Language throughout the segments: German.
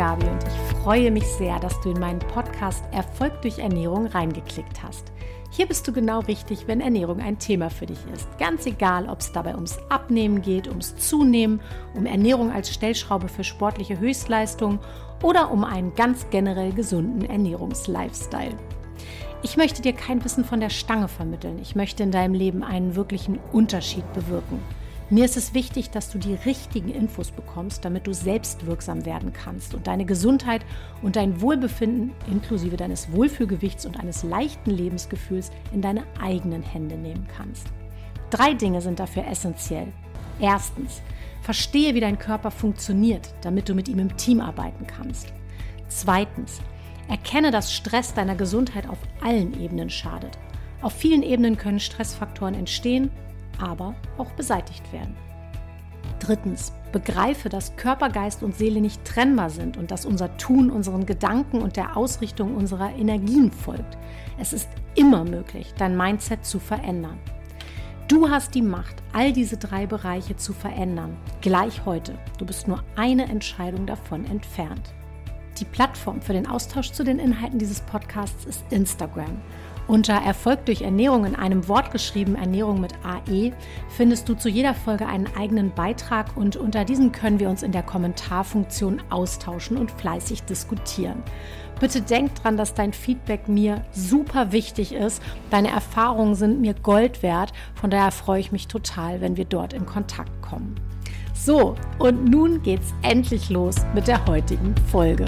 Gabi und ich freue mich sehr, dass du in meinen Podcast Erfolg durch Ernährung reingeklickt hast. Hier bist du genau richtig, wenn Ernährung ein Thema für dich ist. Ganz egal, ob es dabei ums Abnehmen geht, ums Zunehmen, um Ernährung als Stellschraube für sportliche Höchstleistung oder um einen ganz generell gesunden Ernährungslifestyle. Ich möchte dir kein Wissen von der Stange vermitteln. Ich möchte in deinem Leben einen wirklichen Unterschied bewirken. Mir ist es wichtig, dass du die richtigen Infos bekommst, damit du selbstwirksam werden kannst und deine Gesundheit und dein Wohlbefinden inklusive deines Wohlfühlgewichts und eines leichten Lebensgefühls in deine eigenen Hände nehmen kannst. 3 Dinge sind dafür essentiell. Erstens, verstehe, wie dein Körper funktioniert, damit du mit ihm im Team arbeiten kannst. Zweitens, erkenne, dass Stress deiner Gesundheit auf allen Ebenen schadet. Auf vielen Ebenen können Stressfaktoren entstehen, aber auch beseitigt werden. Drittens, begreife, dass Körper, Geist und Seele nicht trennbar sind und dass unser Tun unseren Gedanken und der Ausrichtung unserer Energien folgt. Es ist immer möglich, dein Mindset zu verändern. Du hast die Macht, all diese 3 Bereiche zu verändern, gleich heute. Du bist nur eine Entscheidung davon entfernt. Die Plattform für den Austausch zu den Inhalten dieses Podcasts ist Instagram. Unter Erfolg durch Ernährung in einem Wort geschrieben, Ernährung mit AE, findest du zu jeder Folge einen eigenen Beitrag und unter diesem können wir uns in der Kommentarfunktion austauschen und fleißig diskutieren. Bitte denk dran, dass dein Feedback mir super wichtig ist. Deine Erfahrungen sind mir Gold wert, von daher freue ich mich total, wenn wir dort in Kontakt kommen. So, und nun geht's endlich los mit der heutigen Folge.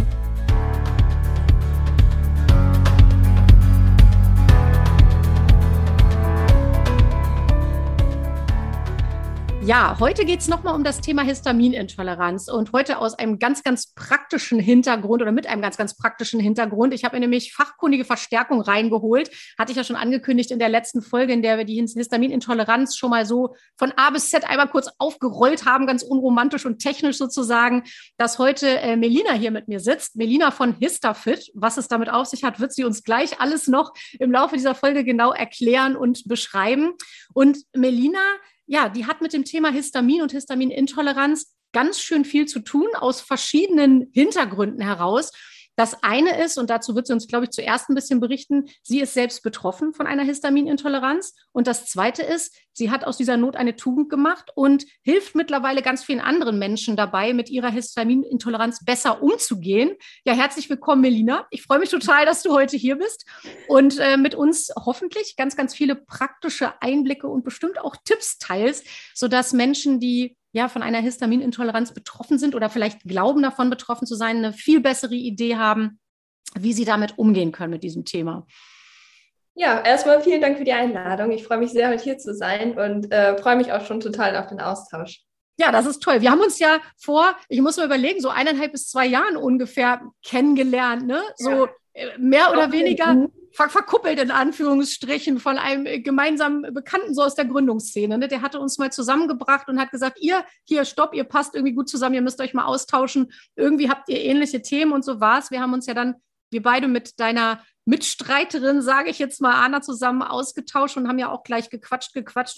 Ja, heute geht es nochmal um das Thema Histaminintoleranz und heute aus einem ganz, ganz praktischen Hintergrund oder mit einem ganz, ganz praktischen Hintergrund. Ich habe mir nämlich fachkundige Verstärkung reingeholt, hatte ich ja schon angekündigt in der letzten Folge, in der wir die Histaminintoleranz schon mal so von A bis Z einmal kurz aufgerollt haben, ganz unromantisch und technisch sozusagen, dass heute Melina hier mit mir sitzt. Melina von Histafit. Was es damit auf sich hat, wird sie uns gleich alles noch im Laufe dieser Folge genau erklären und beschreiben. Und Melina, ja, die hat mit dem Thema Histamin und Histaminintoleranz ganz schön viel zu tun, aus verschiedenen Hintergründen heraus. Das eine ist, und dazu wird sie uns, glaube ich, zuerst ein bisschen berichten, sie ist selbst betroffen von einer Histaminintoleranz. Und das zweite ist, sie hat aus dieser Not eine Tugend gemacht und hilft mittlerweile ganz vielen anderen Menschen dabei, mit ihrer Histaminintoleranz besser umzugehen. Ja, herzlich willkommen, Melina. Ich freue mich total, dass du heute hier bist und mit uns hoffentlich ganz, ganz viele praktische Einblicke und bestimmt auch Tipps teilst, sodass Menschen, die ja von einer Histaminintoleranz betroffen sind oder vielleicht glauben, davon betroffen zu sein, eine viel bessere Idee haben, wie sie damit umgehen können mit diesem Thema. Ja, erstmal vielen Dank für die Einladung. Ich freue mich sehr, heute hier zu sein und freue mich auch schon total auf den Austausch. Ja, das ist toll. Wir haben uns ja ich muss mal überlegen, so 1,5 bis 2 Jahren ungefähr kennengelernt, ne? So mehr oder weniger verkuppelt in Anführungsstrichen von einem gemeinsamen Bekannten so aus der Gründungsszene. Ne? Der hatte uns mal zusammengebracht und hat gesagt, ihr passt irgendwie gut zusammen, ihr müsst euch mal austauschen. Irgendwie habt ihr ähnliche Themen und so war's. Wir haben uns ja dann, wir beide mit deiner Mitstreiterin, sage ich jetzt mal, Anna, zusammen ausgetauscht und haben ja auch gleich gequatscht,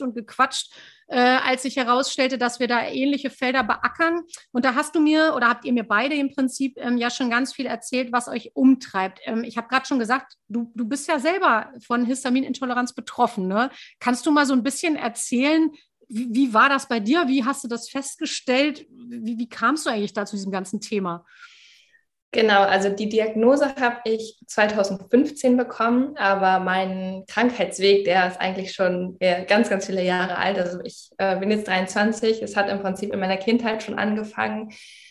als sich herausstellte, dass wir da ähnliche Felder beackern. Und da hast du mir oder habt ihr mir beide im Prinzip ja schon ganz viel erzählt, was euch umtreibt. Ich habe gerade schon gesagt, du bist ja selber von Histaminintoleranz betroffen. Ne? Kannst du mal so ein bisschen erzählen, wie war das bei dir? Wie hast du das festgestellt? Wie kamst du eigentlich da zu diesem ganzen Thema? Genau, also die Diagnose habe ich 2015 bekommen, aber mein Krankheitsweg, der ist eigentlich schon ganz, ganz viele Jahre alt. Also ich bin jetzt 23, es hat im Prinzip in meiner Kindheit schon angefangen.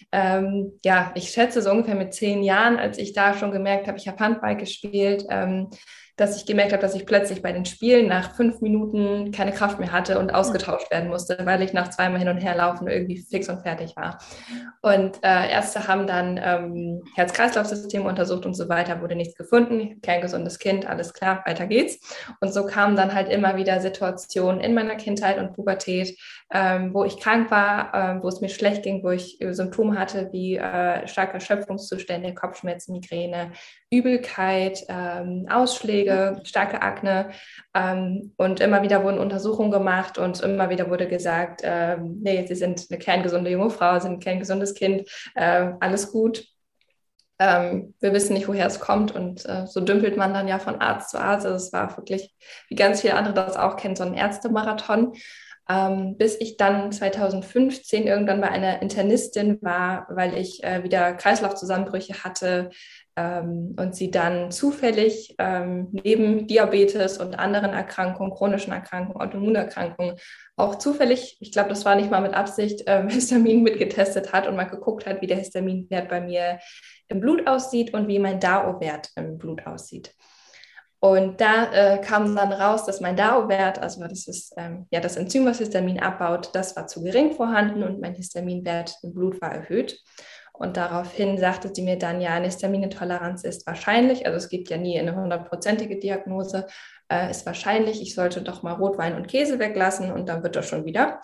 Ich schätze so ungefähr mit 10 Jahren, als ich da schon gemerkt habe, ich habe Handball gespielt, dass ich gemerkt habe, dass ich plötzlich bei den Spielen nach 5 Minuten keine Kraft mehr hatte und ausgetauscht werden musste, weil ich nach 2-mal hin und her laufen irgendwie fix und fertig war. Und Ärzte haben dann Herz-Kreislauf-System untersucht und so weiter, wurde nichts gefunden, kerngesundes Kind, alles klar, weiter geht's. Und so kamen dann halt immer wieder Situationen in meiner Kindheit und Pubertät, wo ich krank war, wo es mir schlecht ging, wo ich Symptome hatte wie starke Erschöpfungszustände, Kopfschmerzen, Migräne, Übelkeit, Ausschläge, starke Akne, und immer wieder wurden Untersuchungen gemacht und immer wieder wurde gesagt, nee, Sie sind eine kerngesunde junge Frau, sind ein kerngesundes Kind, alles gut. wir wissen nicht, woher es kommt und so dümpelt man dann ja von Arzt zu Arzt. Also es war wirklich, wie ganz viele andere das auch kennen, so ein Ärztemarathon. Bis ich dann 2015 irgendwann bei einer Internistin war, weil ich wieder Kreislaufzusammenbrüche hatte und sie dann zufällig neben Diabetes und anderen Erkrankungen, chronischen Erkrankungen, Autoimmunerkrankungen, auch zufällig, ich glaube, das war nicht mal mit Absicht, Histamin mitgetestet hat und mal geguckt hat, wie der Histaminwert bei mir im Blut aussieht und wie mein DAO-Wert im Blut aussieht. Und da kam dann raus, dass mein DAO-Wert, also das ist ja das Enzym, was Histamin abbaut, das war zu gering vorhanden und mein Histaminwert im Blut war erhöht. Und daraufhin sagte sie mir dann, ja, eine Histaminintoleranz ist wahrscheinlich, also es gibt ja nie eine 100%ige Diagnose, ist wahrscheinlich, ich sollte doch mal Rotwein und Käse weglassen und dann wird das schon wieder.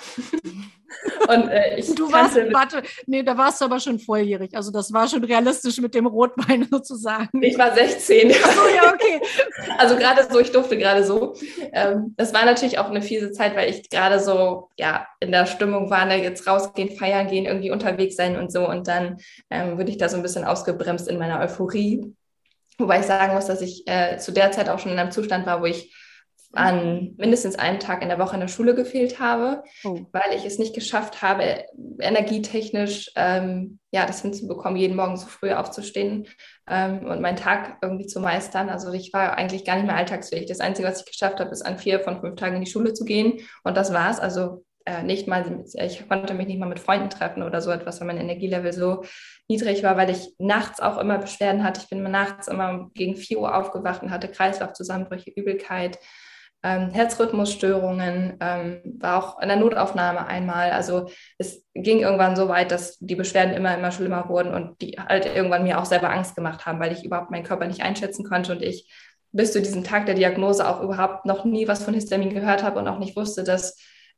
Und da warst du aber schon volljährig. Also das war schon realistisch mit dem Rotwein sozusagen. Ich war 16. Ach so, ja, okay. Also gerade so, ich durfte gerade so. Das war natürlich auch eine fiese Zeit, weil ich gerade so ja in der Stimmung war, jetzt rausgehen, feiern gehen, irgendwie unterwegs sein und so. Und dann wurde ich da so ein bisschen ausgebremst in meiner Euphorie. Wobei ich sagen muss, dass ich zu der Zeit auch schon in einem Zustand war, wo ich an mindestens einem Tag in der Woche in der Schule gefehlt habe, weil ich es nicht geschafft habe, energietechnisch das hinzubekommen, jeden Morgen so früh aufzustehen und meinen Tag irgendwie zu meistern. Also ich war eigentlich gar nicht mehr alltagsfähig. Das Einzige, was ich geschafft habe, ist an 4 von 5 Tagen in die Schule zu gehen und das war's. Also nicht mal, ich konnte mich nicht mal mit Freunden treffen oder so etwas, weil mein Energielevel so niedrig war, weil ich nachts auch immer Beschwerden hatte. Ich bin nachts immer gegen 4 Uhr aufgewacht und hatte Kreislaufzusammenbrüche, Übelkeit, Herzrhythmusstörungen, war auch in der Notaufnahme einmal. Also es ging irgendwann so weit, dass die Beschwerden immer schlimmer wurden und die halt irgendwann mir auch selber Angst gemacht haben, weil ich überhaupt meinen Körper nicht einschätzen konnte und ich bis zu diesem Tag der Diagnose auch überhaupt noch nie was von Histamin gehört habe und auch nicht wusste, dass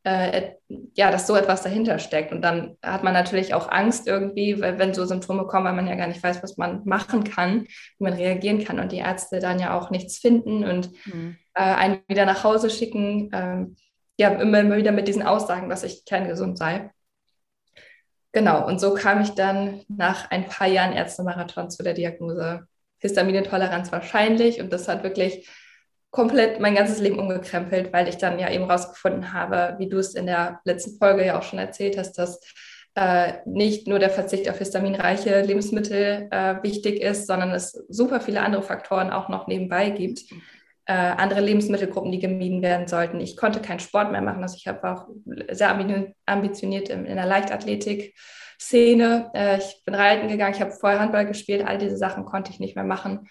so etwas dahinter steckt. Und dann hat man natürlich auch Angst irgendwie, weil, wenn so Symptome kommen, weil man ja gar nicht weiß, was man machen kann, wie man reagieren kann und die Ärzte dann ja auch nichts finden und einen wieder nach Hause schicken, immer wieder mit diesen Aussagen, dass ich kerngesund sei. Genau, und so kam ich dann nach ein paar Jahren Ärztemarathon zu der Diagnose Histaminintoleranz wahrscheinlich und das hat wirklich komplett mein ganzes Leben umgekrempelt, weil ich dann ja eben rausgefunden habe, wie du es in der letzten Folge ja auch schon erzählt hast, dass nicht nur der Verzicht auf histaminreiche Lebensmittel wichtig ist, sondern es super viele andere Faktoren auch noch nebenbei gibt. Andere Lebensmittelgruppen, die gemieden werden sollten. Ich konnte keinen Sport mehr machen, also ich habe auch sehr ambitioniert in der Leichtathletik-Szene. Ich bin reiten gegangen, ich habe vorher Handball gespielt, all diese Sachen konnte ich nicht mehr machen.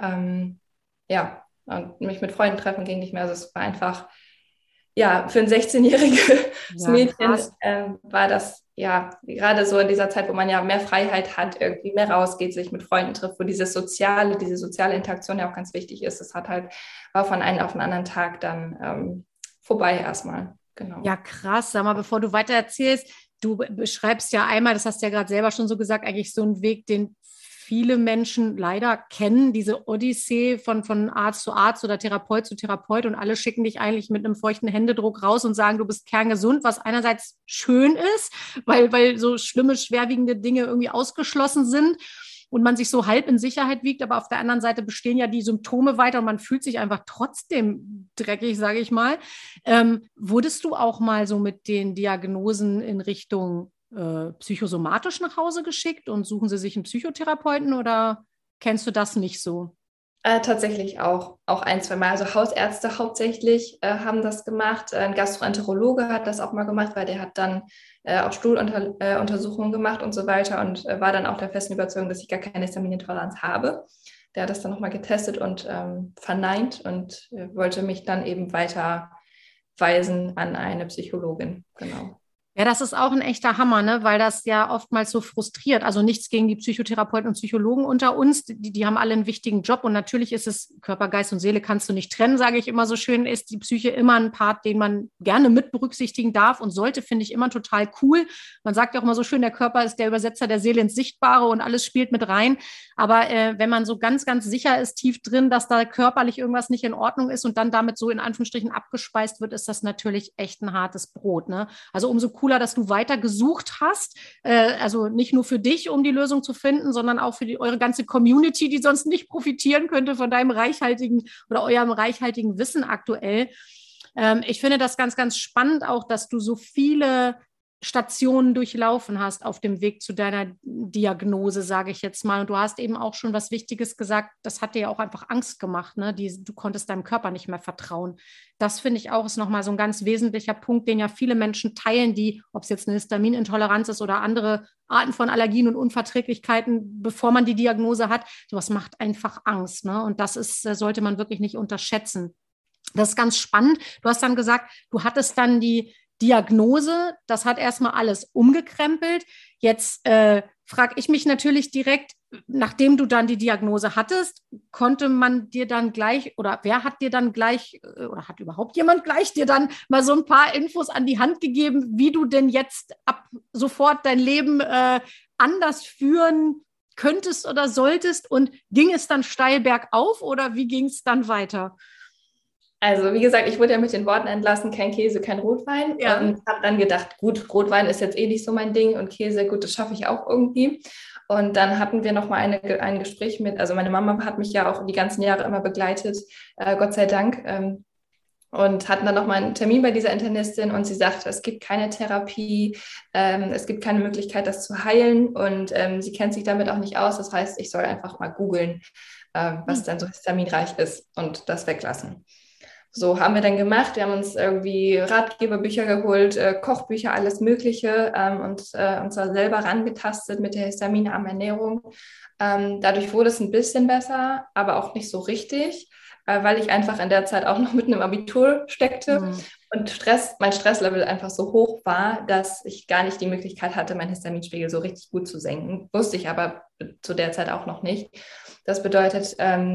Und mich mit Freunden treffen ging nicht mehr. Also es war einfach, ja, für ein 16-jähriges Mädchen war das, ja, gerade so in dieser Zeit, wo man ja mehr Freiheit hat, irgendwie mehr rausgeht, sich mit Freunden trifft, wo diese soziale Interaktion ja auch ganz wichtig ist. Das war von einem auf den anderen Tag dann vorbei erstmal. Genau. Ja, krass. Sag mal, bevor du weiter erzählst, du beschreibst ja einmal, das hast du ja gerade selber schon so gesagt, eigentlich so einen Weg, den viele Menschen leider kennen, diese Odyssee von Arzt zu Arzt oder Therapeut zu Therapeut und alle schicken dich eigentlich mit einem feuchten Händedruck raus und sagen, du bist kerngesund, was einerseits schön ist, weil so schlimme, schwerwiegende Dinge irgendwie ausgeschlossen sind und man sich so halb in Sicherheit wiegt, aber auf der anderen Seite bestehen ja die Symptome weiter und man fühlt sich einfach trotzdem dreckig, sage ich mal. Wurdest du auch mal so mit den Diagnosen in Richtung psychosomatisch nach Hause geschickt und suchen sie sich einen Psychotherapeuten oder kennst du das nicht so? Tatsächlich auch 1, 2 Mal. Also Hausärzte hauptsächlich haben das gemacht. Ein Gastroenterologe hat das auch mal gemacht, weil der hat dann auch Stuhluntersuchungen gemacht und so weiter und war dann auch der festen Überzeugung, dass ich gar keine Histaminintoleranz habe. Der hat das dann nochmal getestet und verneint und wollte mich dann eben weiterweisen an eine Psychologin. Genau. Ja, das ist auch ein echter Hammer, ne? Weil das ja oftmals so frustriert. Also nichts gegen die Psychotherapeuten und Psychologen unter uns. Die haben alle einen wichtigen Job. Und natürlich ist es, Körper, Geist und Seele kannst du nicht trennen, sage ich immer so schön, ist die Psyche immer ein Part, den man gerne mit berücksichtigen darf und sollte, finde ich immer total cool. Man sagt ja auch immer so schön, der Körper ist der Übersetzer der Seele ins Sichtbare und alles spielt mit rein. Aber wenn man so ganz, ganz sicher ist, tief drin, dass da körperlich irgendwas nicht in Ordnung ist und dann damit so in Anführungsstrichen abgespeist wird, ist das natürlich echt ein hartes Brot, ne? Also umso cooler, cooler, dass du weiter gesucht hast. Also nicht nur für dich, um die Lösung zu finden, sondern auch für eure ganze Community, die sonst nicht profitieren könnte von deinem reichhaltigen oder eurem reichhaltigen Wissen aktuell. Ich finde das ganz, ganz spannend auch, dass du so viele Stationen durchlaufen hast auf dem Weg zu deiner Diagnose, sage ich jetzt mal. Und du hast eben auch schon was Wichtiges gesagt, das hat dir ja auch einfach Angst gemacht, ne? Du konntest deinem Körper nicht mehr vertrauen. Das finde ich auch ist nochmal so ein ganz wesentlicher Punkt, den ja viele Menschen teilen, die, ob es jetzt eine Histaminintoleranz ist oder andere Arten von Allergien und Unverträglichkeiten, bevor man die Diagnose hat. Sowas macht einfach Angst, ne? Und das sollte man wirklich nicht unterschätzen. Das ist ganz spannend. Du hast dann gesagt, du hattest dann die Diagnose, das hat erstmal alles umgekrempelt. Jetzt frage ich mich natürlich direkt, nachdem du dann die Diagnose hattest, konnte man dir dann gleich oder wer hat dir dann gleich oder hat überhaupt jemand gleich dir dann mal so ein paar Infos an die Hand gegeben, wie du denn jetzt ab sofort dein Leben anders führen könntest oder solltest und ging es dann steil bergauf oder wie ging es dann weiter? Also wie gesagt, ich wurde ja mit den Worten entlassen, kein Käse, kein Rotwein. Ja. Und habe dann gedacht, gut, Rotwein ist jetzt eh nicht so mein Ding und Käse, gut, das schaffe ich auch irgendwie. Und dann hatten wir nochmal ein Gespräch also meine Mama hat mich ja auch die ganzen Jahre immer begleitet, Gott sei Dank. Und hatten dann nochmal einen Termin bei dieser Internistin und sie sagte, es gibt keine Therapie, es gibt keine Möglichkeit, das zu heilen und sie kennt sich damit auch nicht aus. Das heißt, ich soll einfach mal googeln, was dann so histaminreich ist und das weglassen. So haben wir dann gemacht. Wir haben uns irgendwie Ratgeberbücher geholt, Kochbücher, alles Mögliche und uns da selber rangetastet mit der histaminarmen Ernährung. Dadurch wurde es ein bisschen besser, aber auch nicht so richtig, weil ich einfach in der Zeit auch noch mitten im Abitur steckte und mein Stresslevel einfach so hoch war, dass ich gar nicht die Möglichkeit hatte, meinen Histaminspiegel so richtig gut zu senken. Wusste ich aber zu der Zeit auch noch nicht. Das bedeutet,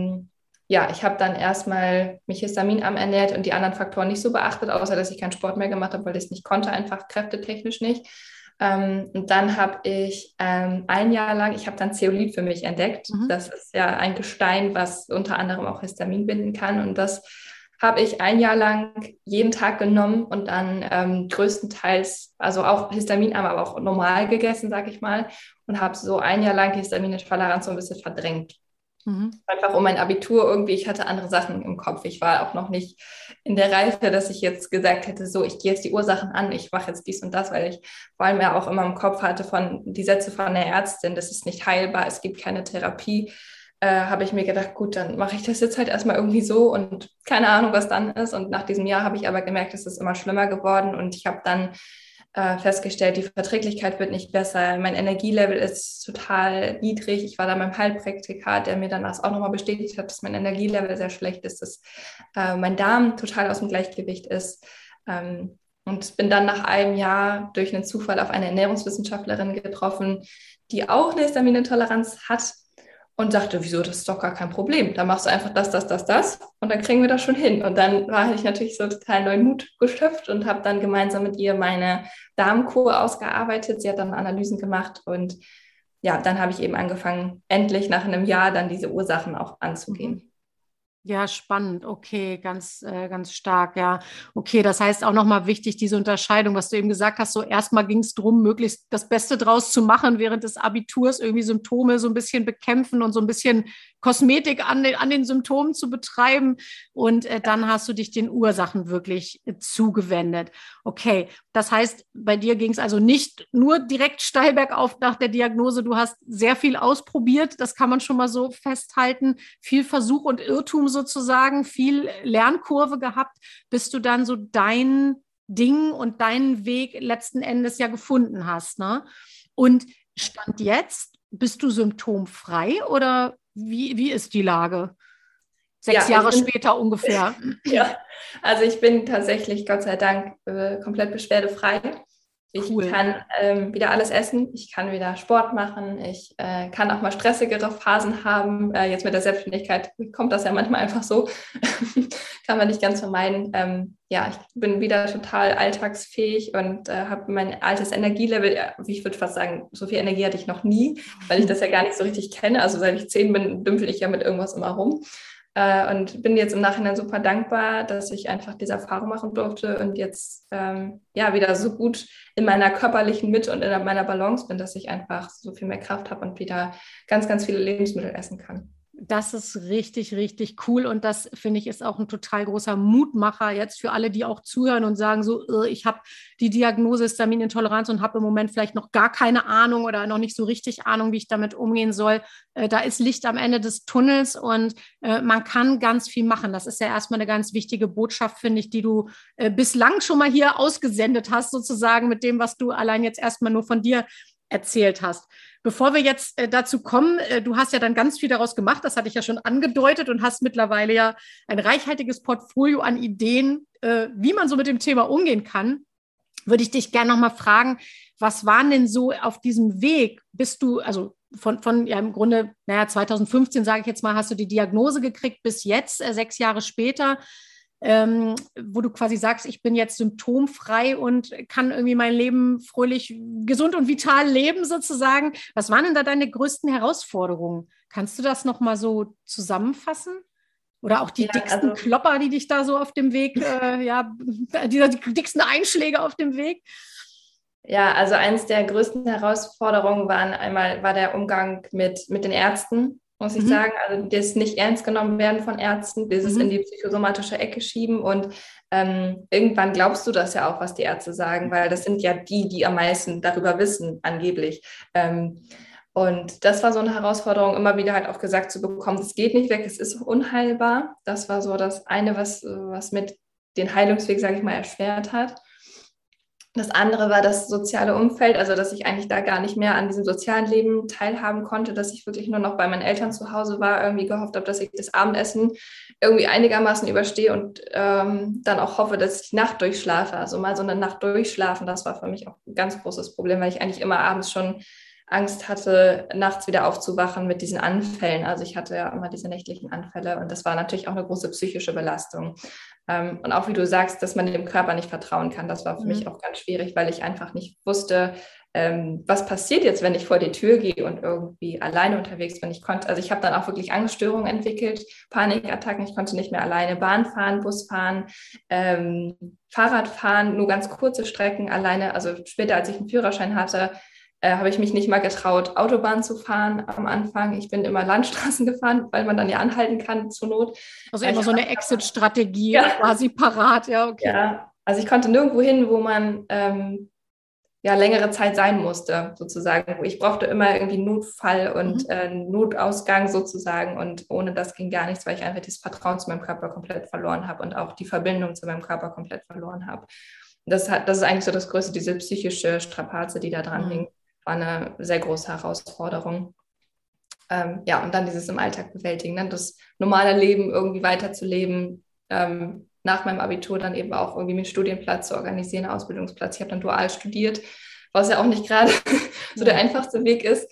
ja, ich habe dann erstmal mich histaminarm ernährt und die anderen Faktoren nicht so beachtet, außer dass ich keinen Sport mehr gemacht habe, weil ich es nicht konnte, einfach kräftetechnisch nicht. Und dann habe ich ein Jahr lang, ich habe dann Zeolit für mich entdeckt. Das ist ja ein Gestein, was unter anderem auch Histamin binden kann. Und das habe ich ein Jahr lang jeden Tag genommen und dann größtenteils, also auch histaminarm, aber auch normal gegessen, sage ich mal. Und habe so ein Jahr lang die Histaminintoleranz so ein bisschen verdrängt. Einfach um mein Abitur irgendwie, ich hatte andere Sachen im Kopf. Ich war auch noch nicht in der Reife, dass ich jetzt gesagt hätte, so, ich gehe jetzt die Ursachen an, ich mache jetzt dies und das, weil ich vor allem ja auch immer im Kopf hatte die Sätze von der Ärztin, das ist nicht heilbar, es gibt keine Therapie. Habe ich mir gedacht, gut, dann mache ich das jetzt halt erstmal irgendwie so und keine Ahnung, was dann ist. Und nach diesem Jahr habe ich aber gemerkt, es ist immer schlimmer geworden und ich habe dann festgestellt, die Verträglichkeit wird nicht besser, mein Energielevel ist total niedrig. Ich war da beim Heilpraktiker, der mir dann das auch nochmal bestätigt hat, dass mein Energielevel sehr schlecht ist, dass mein Darm total aus dem Gleichgewicht ist. Und bin dann nach einem Jahr durch einen Zufall auf eine Ernährungswissenschaftlerin getroffen, die auch eine Histaminintoleranz hat. Und dachte, wieso, das ist doch gar kein Problem. Da machst du einfach das und dann kriegen wir das schon hin. Und dann war ich natürlich so total neuen Mut geschöpft und habe dann gemeinsam mit ihr meine Darmkur ausgearbeitet. Sie hat dann Analysen gemacht und ja, dann habe ich eben angefangen, endlich nach einem Jahr dann diese Ursachen auch anzugehen. Ja, spannend. Okay, ganz stark. Ja, okay. Das heißt auch nochmal wichtig, diese Unterscheidung, was du eben gesagt hast. So erstmal ging es darum, möglichst das Beste draus zu machen während des Abiturs, irgendwie Symptome so ein bisschen bekämpfen und so ein bisschen Kosmetik an den Symptomen zu betreiben. Und dann hast du dich den Ursachen wirklich zugewendet. Okay, das heißt, bei dir ging es also nicht nur direkt steil bergauf nach der Diagnose. Du hast sehr viel ausprobiert. Das kann man schon mal so festhalten. Viel Versuch und Irrtum sozusagen, viel Lernkurve gehabt, bis du dann so dein Ding und deinen Weg letzten Endes ja gefunden hast, ne? Und Stand jetzt, bist du symptomfrei oder wie ist die Lage? 6 Jahre später ungefähr. Ja, also ich bin tatsächlich, Gott sei Dank, komplett beschwerdefrei. Ich kann wieder alles essen, ich kann wieder Sport machen, ich kann auch mal stressigere Phasen haben. Jetzt mit der Selbstständigkeit kommt das ja manchmal einfach so, kann man nicht ganz vermeiden. Ja, ich bin wieder total alltagsfähig und habe mein altes Energielevel, ich würde fast sagen, so viel Energie hatte ich noch nie, weil ich das ja gar nicht so richtig kenne. Also seit ich 10 bin, dümpel ich ja mit irgendwas immer rum. Und bin jetzt im Nachhinein super dankbar, dass ich einfach diese Erfahrung machen durfte und jetzt wieder so gut in meiner körperlichen Mitte und in meiner Balance bin, dass ich einfach so viel mehr Kraft habe und wieder ganz, ganz viele Lebensmittel essen kann. Das ist richtig, richtig cool und das, finde ich, ist auch ein total großer Mutmacher jetzt für alle, die auch zuhören und sagen so, ich habe die Diagnose Histaminintoleranz und habe im Moment vielleicht noch gar keine Ahnung oder noch nicht so richtig Ahnung, wie ich damit umgehen soll. Da ist Licht am Ende des Tunnels und man kann ganz viel machen. Das ist ja erstmal eine ganz wichtige Botschaft, finde ich, die du bislang schon mal hier ausgesendet hast, sozusagen mit dem, was du allein jetzt erstmal nur von dir erzählt hast. Bevor wir jetzt dazu kommen, du hast ja dann ganz viel daraus gemacht, das hatte ich ja schon angedeutet und hast mittlerweile ja ein reichhaltiges Portfolio an Ideen, wie man so mit dem Thema umgehen kann, würde ich dich gerne nochmal fragen, was waren denn so auf diesem Weg, bist du, also von ja im Grunde, 2015, sage ich jetzt mal, hast du die Diagnose gekriegt, bis jetzt, 6 Jahre später, wo du quasi sagst, ich bin jetzt symptomfrei und kann irgendwie mein Leben fröhlich, gesund und vital leben sozusagen. Was waren denn da deine größten Herausforderungen? Kannst du das nochmal so zusammenfassen? Oder auch die dicksten Klopper, die dich da so auf dem Weg, die dicksten Einschläge auf dem Weg? Ja, also eines der größten Herausforderungen war der Umgang mit den Ärzten, muss ich sagen. Also das nicht ernst genommen werden von Ärzten, dieses in die psychosomatische Ecke schieben und irgendwann glaubst du das ja auch, was die Ärzte sagen, weil das sind ja die am meisten darüber wissen, angeblich. Und das war so eine Herausforderung, immer wieder halt auch gesagt zu bekommen, es geht nicht weg, es ist unheilbar. Das war so das eine, was mit den Heilungsweg, sage ich mal, erschwert hat. Das andere war das soziale Umfeld, also dass ich eigentlich da gar nicht mehr an diesem sozialen Leben teilhaben konnte, dass ich wirklich nur noch bei meinen Eltern zu Hause war, irgendwie gehofft habe, dass ich das Abendessen irgendwie einigermaßen überstehe und dann auch hoffe, dass ich Nacht durchschlafe. Also mal so eine Nacht durchschlafen, das war für mich auch ein ganz großes Problem, weil ich eigentlich immer abends schon Angst hatte, nachts wieder aufzuwachen mit diesen Anfällen. Also ich hatte ja immer diese nächtlichen Anfälle und das war natürlich auch eine große psychische Belastung. Und auch wie du sagst, dass man dem Körper nicht vertrauen kann, das war für mich auch ganz schwierig, weil ich einfach nicht wusste, was passiert jetzt, wenn ich vor die Tür gehe und irgendwie alleine unterwegs bin. Also ich habe dann auch wirklich Angststörungen entwickelt, Panikattacken, ich konnte nicht mehr alleine Bahn fahren, Bus fahren, Fahrrad fahren, nur ganz kurze Strecken alleine. Also später, als ich einen Führerschein hatte, habe ich mich nicht mal getraut, Autobahn zu fahren am Anfang. Ich bin immer Landstraßen gefahren, weil man dann ja anhalten kann zur Not. Also immer so eine Exit-Strategie quasi parat, ja, okay. Ja, also ich konnte nirgendwo hin, wo man längere Zeit sein musste, sozusagen. Ich brauchte immer irgendwie Notfall und Notausgang sozusagen und ohne das ging gar nichts, weil ich einfach das Vertrauen zu meinem Körper komplett verloren habe und auch die Verbindung zu meinem Körper komplett verloren habe. Das ist eigentlich so das Größte, diese psychische Strapaze, die da dran hing. War eine sehr große Herausforderung. Und dann dieses im Alltag bewältigen, ne? Das normale Leben irgendwie weiterzuleben, nach meinem Abitur dann eben auch irgendwie einen Studienplatz zu organisieren, einen Ausbildungsplatz. Ich habe dann dual studiert, was ja auch nicht gerade so der einfachste Weg ist.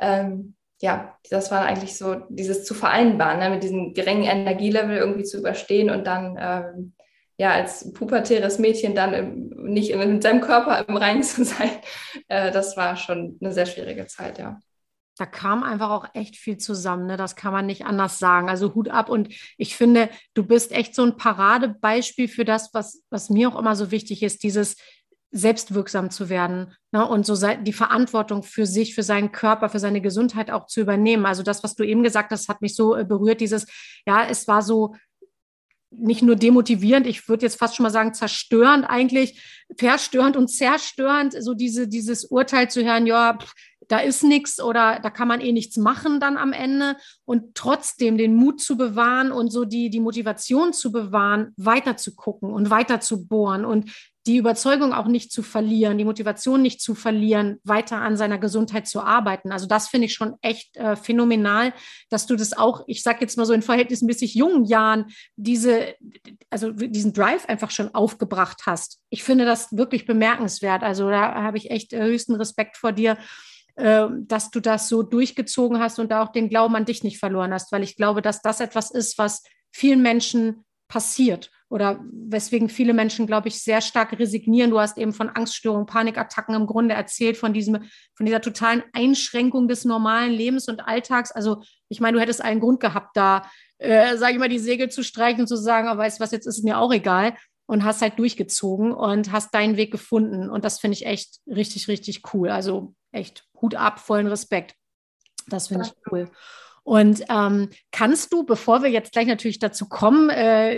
Das war eigentlich so dieses zu vereinbaren, ne? Mit diesem geringen Energielevel irgendwie zu überstehen und dann als pubertäres Mädchen dann nicht mit seinem Körper im Reinen zu sein, das war schon eine sehr schwierige Zeit, ja. Da kam einfach auch echt viel zusammen, ne? Das kann man nicht anders sagen. Also Hut ab und ich finde, du bist echt so ein Paradebeispiel für das, was mir auch immer so wichtig ist, dieses selbstwirksam zu werden, ne? Und so die Verantwortung für sich, für seinen Körper, für seine Gesundheit auch zu übernehmen. Also das, was du eben gesagt hast, hat mich so berührt, es war so nicht nur demotivierend, ich würde jetzt fast schon mal sagen zerstörend eigentlich, verstörend und zerstörend, so dieses Urteil zu hören, da ist nichts oder da kann man nichts machen dann am Ende und trotzdem den Mut zu bewahren und so die Motivation zu bewahren, weiter zu gucken und weiter zu bohren und die Überzeugung auch nicht zu verlieren, die Motivation nicht zu verlieren, weiter an seiner Gesundheit zu arbeiten. Also das finde ich schon echt phänomenal, dass du das auch, ich sage jetzt mal so in verhältnismäßig jungen Jahren, diesen Drive einfach schon aufgebracht hast. Ich finde das wirklich bemerkenswert. Also da habe ich echt höchsten Respekt vor dir, dass du das so durchgezogen hast und da auch den Glauben an dich nicht verloren hast, weil ich glaube, dass das etwas ist, was vielen Menschen passiert oder weswegen viele Menschen, glaube ich, sehr stark resignieren. Du hast eben von Angststörungen, Panikattacken im Grunde erzählt, von dieser totalen Einschränkung des normalen Lebens und Alltags. Also ich meine, du hättest einen Grund gehabt, da sage ich mal, die Segel zu streichen und zu sagen, aber weißt du was, jetzt ist es mir auch egal. Und hast halt durchgezogen und hast deinen Weg gefunden. Und das finde ich echt richtig, richtig cool. Also echt Hut ab, vollen Respekt. Das finde ich cool. Und kannst du, bevor wir jetzt gleich natürlich dazu kommen,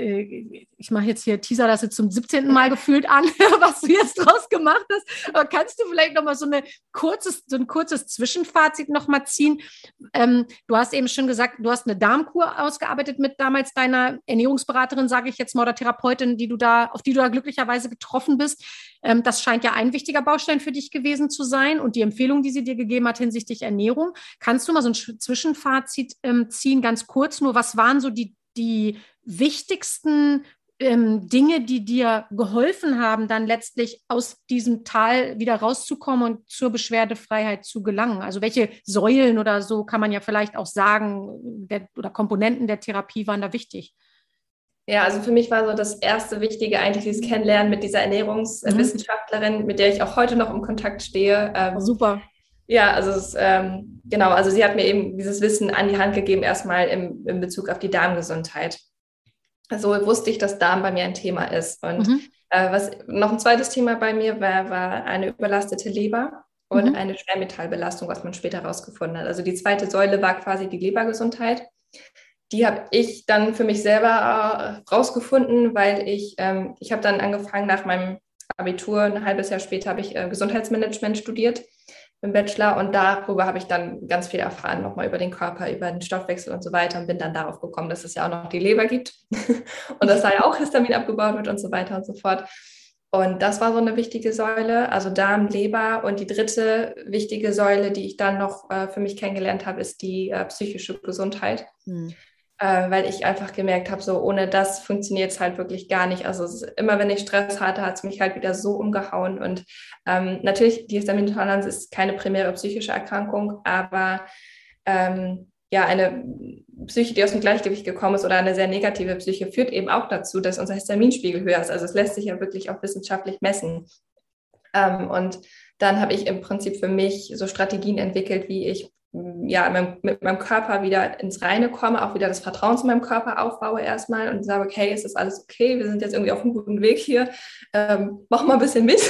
ich mache jetzt hier, teaser das jetzt zum 17. Mal gefühlt an, was du jetzt draus gemacht hast, aber kannst du vielleicht nochmal so ein kurzes Zwischenfazit nochmal ziehen? Du hast eben schon gesagt, du hast eine Darmkur ausgearbeitet mit damals deiner Ernährungsberaterin, sage ich jetzt mal, oder Therapeutin, auf die du da glücklicherweise getroffen bist. Das scheint ja ein wichtiger Baustein für dich gewesen zu sein und die Empfehlung, die sie dir gegeben hat hinsichtlich Ernährung. Kannst du mal so ein Zwischenfazit ziehen, ganz kurz nur, was waren so die wichtigsten Dinge, die dir geholfen haben, dann letztlich aus diesem Tal wieder rauszukommen und zur Beschwerdefreiheit zu gelangen? Also welche Säulen oder so kann man ja vielleicht auch sagen, oder Komponenten der Therapie waren da wichtig? Ja, also für mich war so das erste Wichtige eigentlich dieses Kennenlernen mit dieser Ernährungswissenschaftlerin, mit der ich auch heute noch im Kontakt stehe. Super. Ja, also genau, also sie hat mir eben dieses Wissen an die Hand gegeben, erstmal in Bezug auf die Darmgesundheit. Also wusste ich, dass Darm bei mir ein Thema ist. Und was noch ein zweites Thema bei mir war eine überlastete Leber und eine Schwermetallbelastung, was man später herausgefunden hat. Also die zweite Säule war quasi die Lebergesundheit. Die habe ich dann für mich selber rausgefunden, weil ich habe dann angefangen nach meinem Abitur, ein halbes Jahr später habe ich Gesundheitsmanagement studiert im Bachelor und darüber habe ich dann ganz viel erfahren, nochmal über den Körper, über den Stoffwechsel und so weiter und bin dann darauf gekommen, dass es ja auch noch die Leber gibt und dass da ja auch Histamin abgebaut wird und so weiter und so fort. Und das war so eine wichtige Säule, also Darm, Leber. Und die dritte wichtige Säule, die ich dann noch für mich kennengelernt habe, ist die psychische Gesundheit. Weil ich einfach gemerkt habe, so ohne das funktioniert es halt wirklich gar nicht. Also immer wenn ich Stress hatte, hat es mich halt wieder so umgehauen. Und natürlich, die Histaminintoleranz ist keine primäre psychische Erkrankung, aber ja, eine Psyche, die aus dem Gleichgewicht gekommen ist oder eine sehr negative Psyche, führt eben auch dazu, dass unser Histaminspiegel höher ist. Also es lässt sich ja wirklich auch wissenschaftlich messen. Und dann habe ich im Prinzip für mich so Strategien entwickelt, wie ich ja, mit meinem Körper wieder ins Reine komme, auch wieder das Vertrauen zu meinem Körper aufbaue erstmal und sage, okay, ist das alles okay? Wir sind jetzt irgendwie auf einem guten Weg hier. Mach mal ein bisschen mit.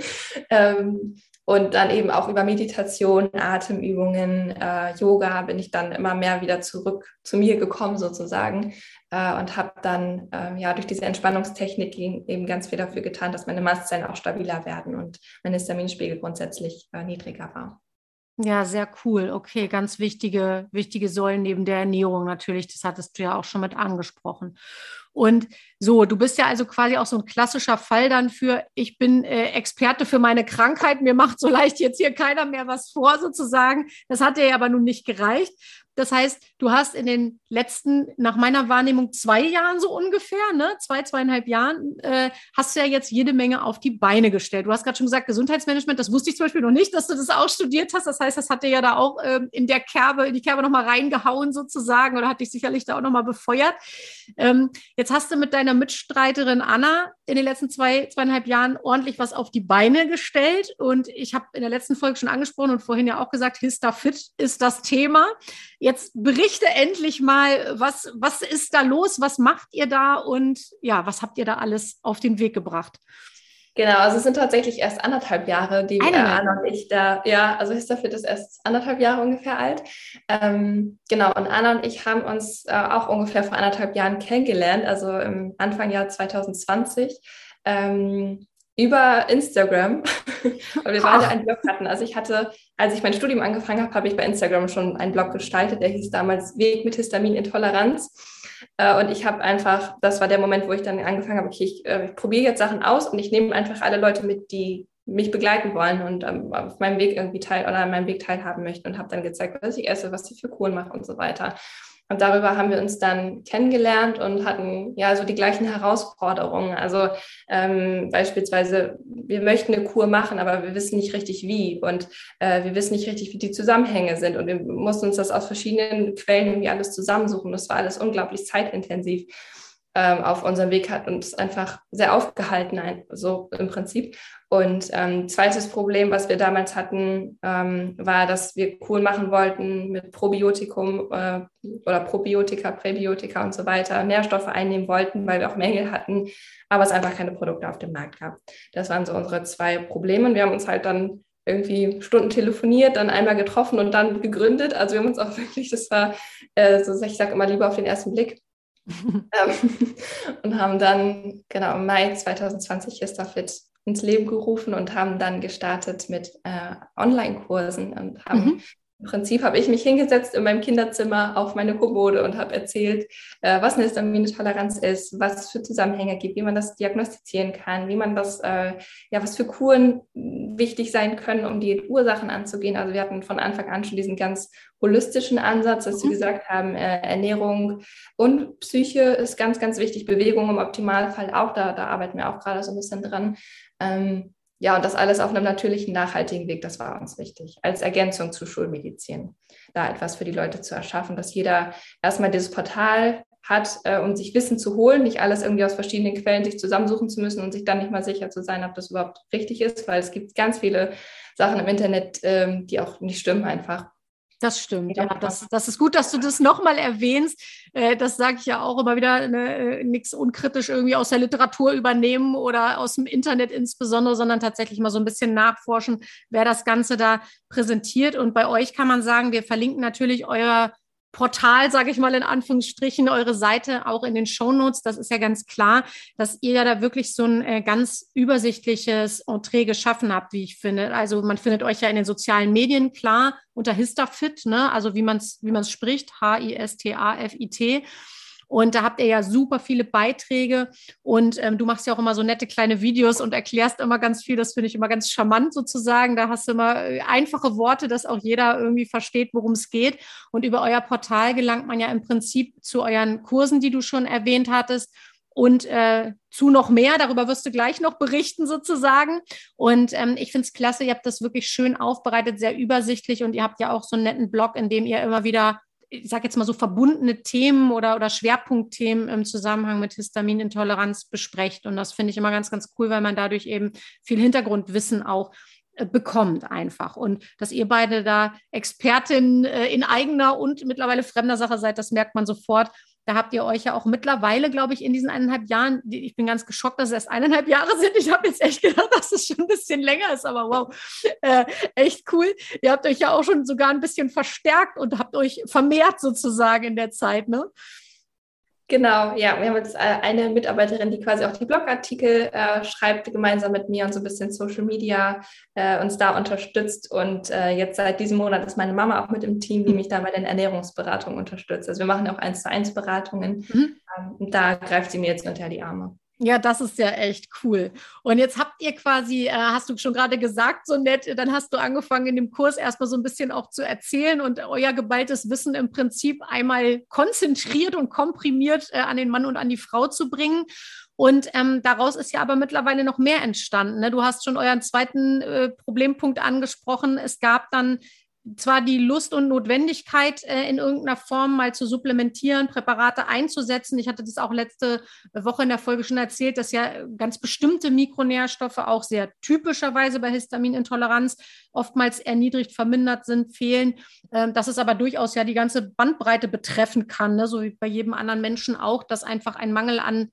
Und dann eben auch über Meditation, Atemübungen, Yoga bin ich dann immer mehr wieder zurück zu mir gekommen sozusagen und habe dann ja durch diese Entspannungstechnik eben ganz viel dafür getan, dass meine Mastzellen auch stabiler werden und mein Histaminspiegel grundsätzlich niedriger war. Ja, sehr cool. Okay, ganz wichtige Säulen neben der Ernährung natürlich. Das hattest du ja auch schon mit angesprochen. Und so, du bist ja also quasi auch so ein klassischer Fall dann für, ich bin Experte für meine Krankheit, mir macht so leicht jetzt hier keiner mehr was vor sozusagen. Das hat dir ja aber nun nicht gereicht. Das heißt, du hast in den letzten, nach meiner Wahrnehmung, 2 Jahren so ungefähr, ne, 2,5 Jahren, hast du ja jetzt jede Menge auf die Beine gestellt. Du hast gerade schon gesagt, Gesundheitsmanagement, das wusste ich zum Beispiel noch nicht, dass du das auch studiert hast. Das heißt, das hat dir ja da auch in die Kerbe nochmal reingehauen sozusagen oder hat dich sicherlich da auch nochmal befeuert. Jetzt hast du mit deiner Mitstreiterin Anna in den letzten 2,5 Jahren ordentlich was auf die Beine gestellt. Und ich habe in der letzten Folge schon angesprochen und vorhin ja auch gesagt, HistaFit ist das Thema. Jetzt berichte endlich mal, was ist da los? Was macht ihr da? Und ja, was habt ihr da alles auf den Weg gebracht? Genau, also es sind tatsächlich erst 1,5 Jahre, die Anna und ich da, ja, also HistaFit ist erst 1,5 Jahre ungefähr alt. Genau, und Anna und ich haben uns auch ungefähr vor 1,5 Jahren kennengelernt, also im Anfang 2020, über Instagram, weil wir beide einen Blog hatten. Also ich hatte, als ich mein Studium angefangen habe, habe ich bei Instagram schon einen Blog gestaltet, der hieß damals Weg mit Histaminintoleranz. Und ich habe einfach, das war der Moment, wo ich dann angefangen habe, okay, ich probiere jetzt Sachen aus und ich nehme einfach alle Leute mit, die mich begleiten wollen und auf meinem Weg irgendwie an meinem Weg teilhaben möchten und habe dann gezeigt, was ich esse, was ich für Kuren mache und so weiter. Und darüber haben wir uns dann kennengelernt und hatten ja so die gleichen Herausforderungen. Also beispielsweise, wir möchten eine Kur machen, aber wir wissen nicht richtig wie und wir wissen nicht richtig, wie die Zusammenhänge sind. Und wir mussten uns das aus verschiedenen Quellen irgendwie alles zusammensuchen. Das war alles unglaublich zeitintensiv. auf unserem Weg hat uns einfach sehr aufgehalten, so im Prinzip. Und zweites Problem, was wir damals hatten, war, dass wir Kuren machen wollten mit Probiotikum oder Probiotika, Präbiotika und so weiter, Nährstoffe einnehmen wollten, weil wir auch Mängel hatten, aber es einfach keine Produkte auf dem Markt gab. Das waren so unsere zwei Probleme und wir haben uns halt dann irgendwie Stunden telefoniert, dann einmal getroffen und dann gegründet. Also wir haben uns auch wirklich, das war so, ich sage immer lieber auf den ersten Blick. Und haben dann, genau, im Mai 2020 Histafit ins Leben gerufen und haben dann gestartet mit Online-Kursen und haben im Prinzip habe ich mich hingesetzt in meinem Kinderzimmer auf meine Kommode und habe erzählt, was eine Histamine-Toleranz ist, was es für Zusammenhänge gibt, wie man das diagnostizieren kann, wie man das, was für Kuren wichtig sein können, um die Ursachen anzugehen. Also wir hatten von Anfang an schon diesen ganz holistischen Ansatz, dass wir gesagt haben, Ernährung und Psyche ist ganz, ganz wichtig, Bewegung im Optimalfall auch, da arbeiten wir auch gerade so ein bisschen dran. Ja, und das alles auf einem natürlichen, nachhaltigen Weg, das war uns wichtig, als Ergänzung zur Schulmedizin, da etwas für die Leute zu erschaffen, dass jeder erstmal dieses Portal hat, um sich Wissen zu holen, nicht alles irgendwie aus verschiedenen Quellen sich zusammensuchen zu müssen und sich dann nicht mal sicher zu sein, ob das überhaupt richtig ist, weil es gibt ganz viele Sachen im Internet, die auch nicht stimmen einfach. Das stimmt, ja. Das ist gut, dass du das nochmal erwähnst. Das sage ich ja auch immer wieder, nichts unkritisch irgendwie aus der Literatur übernehmen oder aus dem Internet insbesondere, sondern tatsächlich mal so ein bisschen nachforschen, wer das Ganze da präsentiert. Und bei euch kann man sagen, wir verlinken natürlich euer Portal, sage ich mal in Anführungsstrichen, eure Seite auch in den Shownotes. Das ist ja ganz klar, dass ihr ja da wirklich so ein ganz übersichtliches Entree geschaffen habt, wie ich finde. Also man findet euch ja in den sozialen Medien, klar, unter Histafit, ne? Also wie man es spricht, Histafit. Und da habt ihr ja super viele Beiträge und du machst ja auch immer so nette kleine Videos und erklärst immer ganz viel. Das finde ich immer ganz charmant sozusagen. Da hast du immer einfache Worte, dass auch jeder irgendwie versteht, worum es geht. Und über euer Portal gelangt man ja im Prinzip zu euren Kursen, die du schon erwähnt hattest. Und zu noch mehr, darüber wirst du gleich noch berichten sozusagen. Und ich finde es klasse, ihr habt das wirklich schön aufbereitet, sehr übersichtlich und ihr habt ja auch so einen netten Blog, in dem ihr immer wieder, ich sage jetzt mal so verbundene Themen oder Schwerpunktthemen im Zusammenhang mit Histaminintoleranz besprecht. Und das finde ich immer ganz, ganz cool, weil man dadurch eben viel Hintergrundwissen auch bekommt einfach. Und dass ihr beide da Expertin in eigener und mittlerweile fremder Sache seid, das merkt man sofort. Da habt ihr euch ja auch mittlerweile, glaube ich, in diesen 1,5 Jahren, ich bin ganz geschockt, dass es erst 1,5 Jahre sind. Ich habe jetzt echt gedacht, dass es schon ein bisschen länger ist, aber wow, echt cool. Ihr habt euch ja auch schon sogar ein bisschen verstärkt und habt euch vermehrt sozusagen in der Zeit, ne? Genau, ja, wir haben jetzt eine Mitarbeiterin, die quasi auch die Blogartikel schreibt, gemeinsam mit mir und so ein bisschen Social Media uns da unterstützt. Und jetzt seit diesem Monat ist meine Mama auch mit im Team, die mich da bei den Ernährungsberatungen unterstützt. Also wir machen auch 1:1 Beratungen und da greift sie mir jetzt unter die Arme. Ja, das ist ja echt cool. Und jetzt habt ihr quasi, hast du schon gerade gesagt, so nett, dann hast du angefangen in dem Kurs erstmal so ein bisschen auch zu erzählen und euer geballtes Wissen im Prinzip einmal konzentriert und komprimiert an den Mann und an die Frau zu bringen. Und daraus ist ja aber mittlerweile noch mehr entstanden. Ne? Du hast schon euren zweiten Problempunkt angesprochen. Es gab dann zwar die Lust und Notwendigkeit, in irgendeiner Form mal zu supplementieren, Präparate einzusetzen. Ich hatte das auch letzte Woche in der Folge schon erzählt, dass ja ganz bestimmte Mikronährstoffe auch sehr typischerweise bei Histaminintoleranz oftmals erniedrigt, vermindert sind, fehlen. Dass es aber durchaus ja die ganze Bandbreite betreffen kann, ne? So wie bei jedem anderen Menschen auch, dass einfach ein Mangel an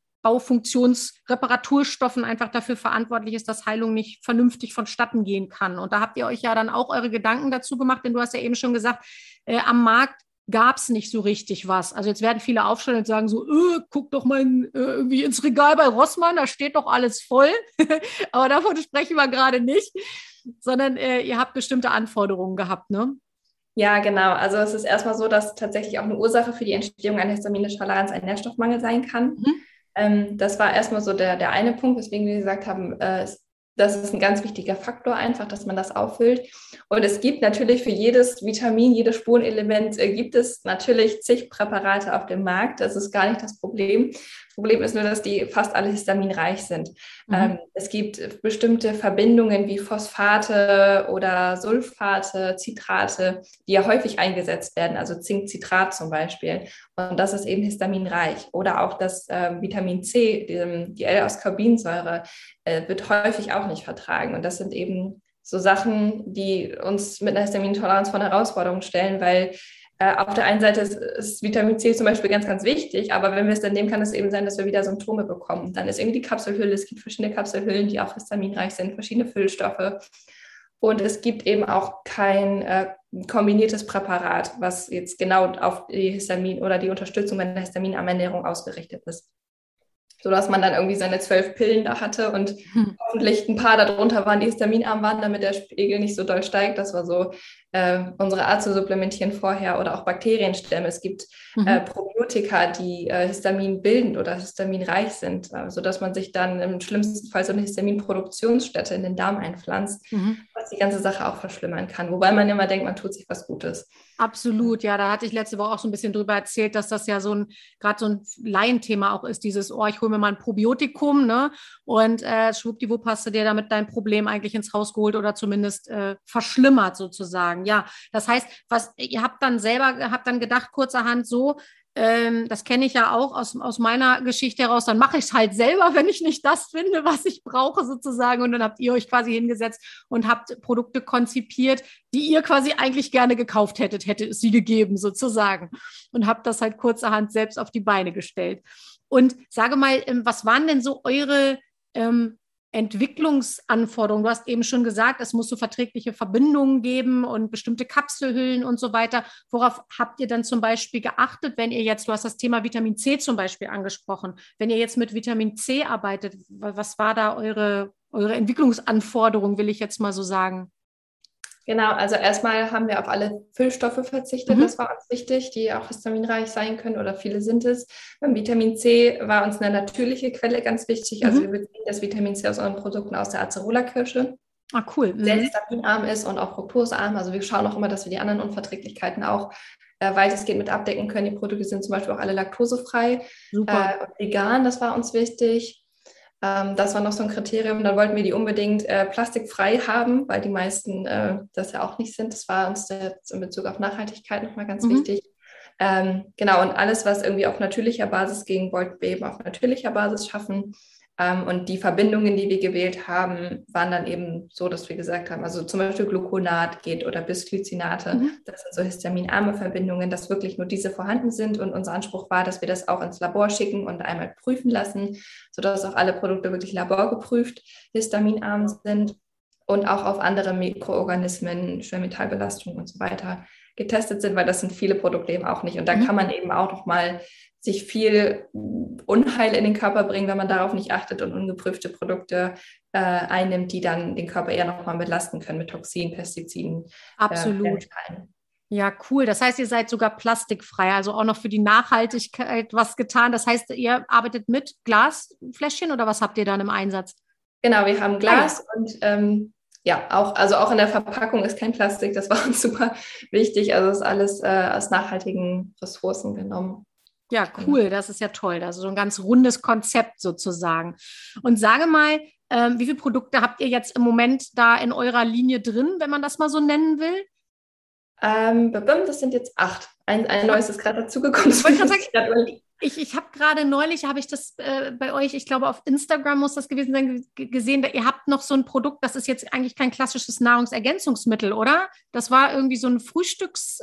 Baufunktionsreparaturstoffen einfach dafür verantwortlich ist, dass Heilung nicht vernünftig vonstatten gehen kann. Und da habt ihr euch ja dann auch eure Gedanken dazu gemacht, denn du hast ja eben schon gesagt, am Markt gab es nicht so richtig was. Also jetzt werden viele aufstellen und sagen so, guck doch mal irgendwie ins Regal bei Rossmann, da steht doch alles voll. Aber davon sprechen wir gerade nicht, sondern ihr habt bestimmte Anforderungen gehabt, ne? Ja, genau. Also es ist erstmal so, dass tatsächlich auch eine Ursache für die Entstehung einer Histaminintoleranz ein Nährstoffmangel sein kann. Das war erstmal so der eine Punkt, weswegen wir gesagt haben, Das ist ein ganz wichtiger Faktor einfach, dass man das auffüllt. Und es gibt natürlich für jedes Vitamin, jedes Spurenelement, gibt es natürlich zig Präparate auf dem Markt. Das ist gar nicht das Problem. Das Problem ist nur, dass die fast alle histaminreich sind. Es gibt bestimmte Verbindungen wie Phosphate oder Sulfate, Citrate, die ja häufig eingesetzt werden, also Zinkcitrat zum Beispiel. Und das ist eben histaminreich. Oder auch das Vitamin C, die L-Ascorbinsäure, wird häufig auch nicht vertragen. Und das sind eben so Sachen, die uns mit einer Histaminintoleranz vor eine Herausforderung stellen, weil auf der einen Seite ist Vitamin C zum Beispiel ganz, ganz wichtig, aber wenn wir es dann nehmen, kann es eben sein, dass wir wieder Symptome bekommen. Dann ist irgendwie die Kapselhülle, es gibt verschiedene Kapselhüllen, die auch histaminreich sind, verschiedene Füllstoffe. Und es gibt eben auch kein kombiniertes Präparat, was jetzt genau auf die Histamin oder die Unterstützung einer histaminarmen ausgerichtet ist. Sodass man dann irgendwie seine 12 Pillen da hatte und hoffentlich ein paar darunter waren, die histaminarm waren, damit der Spiegel nicht so doll steigt. Das war so unsere Art zu supplementieren vorher, oder auch Bakterienstämme. Es gibt Probiotika, die histaminbildend oder histaminreich sind, sodass man sich dann im schlimmsten Fall so eine Histaminproduktionsstätte in den Darm einpflanzt, was die ganze Sache auch verschlimmern kann. Wobei man immer denkt, man tut sich was Gutes. Absolut, ja, da hatte ich letzte Woche auch so ein bisschen drüber erzählt, dass das ja gerade so ein Laienthema auch ist, dieses, ich hole mir mal ein Probiotikum, ne, und schwuppdiwupp hast du dir damit dein Problem eigentlich ins Haus geholt oder zumindest verschlimmert sozusagen. Ja, das heißt, ihr habt dann gedacht, kurzerhand so, das kenne ich ja auch aus meiner Geschichte heraus, dann mache ich es halt selber, wenn ich nicht das finde, was ich brauche sozusagen. Und dann habt ihr euch quasi hingesetzt und habt Produkte konzipiert, die ihr quasi eigentlich gerne gekauft hättet, hätte es sie gegeben sozusagen. Und habt das halt kurzerhand selbst auf die Beine gestellt. Und sage mal, was waren denn so eure Entwicklungsanforderungen? Du hast eben schon gesagt, es muss so verträgliche Verbindungen geben und bestimmte Kapselhüllen und so weiter. Worauf habt ihr dann zum Beispiel geachtet, wenn ihr jetzt, du hast das Thema Vitamin C zum Beispiel angesprochen, wenn ihr jetzt mit Vitamin C arbeitet, was war da eure Entwicklungsanforderung, will ich jetzt mal so sagen? Genau, also erstmal haben wir auf alle Füllstoffe verzichtet, das war uns wichtig, die auch histaminreich sein können, oder viele sind es. Beim Vitamin C war uns eine natürliche Quelle ganz wichtig, also wir beziehen das Vitamin C aus unseren Produkten aus der Acerola-Kirsche. Ah, cool. Sehr histaminarm ist und auch fructosearm, also wir schauen auch immer, dass wir die anderen Unverträglichkeiten auch weitestgehend mit abdecken können. Die Produkte sind zum Beispiel auch alle laktosefrei und vegan, das war uns wichtig. Das war noch so ein Kriterium. Dann wollten wir die unbedingt plastikfrei haben, weil die meisten das ja auch nicht sind. Das war uns jetzt in Bezug auf Nachhaltigkeit nochmal ganz wichtig. Genau, und alles, was irgendwie auf natürlicher Basis ging, wollten wir eben auf natürlicher Basis schaffen. Und die Verbindungen, die wir gewählt haben, waren dann eben so, dass wir gesagt haben, also zum Beispiel Gluconat geht oder Bisglycinate, das sind so histaminarme Verbindungen, dass wirklich nur diese vorhanden sind. Und unser Anspruch war, dass wir das auch ins Labor schicken und einmal prüfen lassen, sodass auch alle Produkte wirklich laborgeprüft histaminarm sind und auch auf andere Mikroorganismen, Schwermetallbelastung und so weiter getestet sind, weil das sind viele Produkte eben auch nicht. Und da kann man eben auch nochmal sich viel Unheil in den Körper bringen, wenn man darauf nicht achtet und ungeprüfte Produkte einnimmt, die dann den Körper eher nochmal belasten können mit Toxinen, Pestiziden. Absolut. Ja, cool. Das heißt, ihr seid sogar plastikfrei, also auch noch für die Nachhaltigkeit was getan. Das heißt, ihr arbeitet mit Glasfläschchen oder was habt ihr dann im Einsatz? Genau, wir haben Glas und auch in der Verpackung ist kein Plastik. Das war uns super wichtig. Also ist alles aus nachhaltigen Ressourcen genommen. Ja, cool, das ist ja toll. Also so ein ganz rundes Konzept sozusagen. Und sage mal, wie viele Produkte habt ihr jetzt im Moment da in eurer Linie drin, wenn man das mal so nennen will? Das sind jetzt 8. Ein neues ist gerade dazugekommen. Ich wollte gerade sagen, ich habe gerade neulich, habe ich das bei euch, ich glaube auf Instagram muss das gewesen sein, gesehen, ihr habt noch so ein Produkt, das ist jetzt eigentlich kein klassisches Nahrungsergänzungsmittel, oder? Das war irgendwie so ein Frühstücks,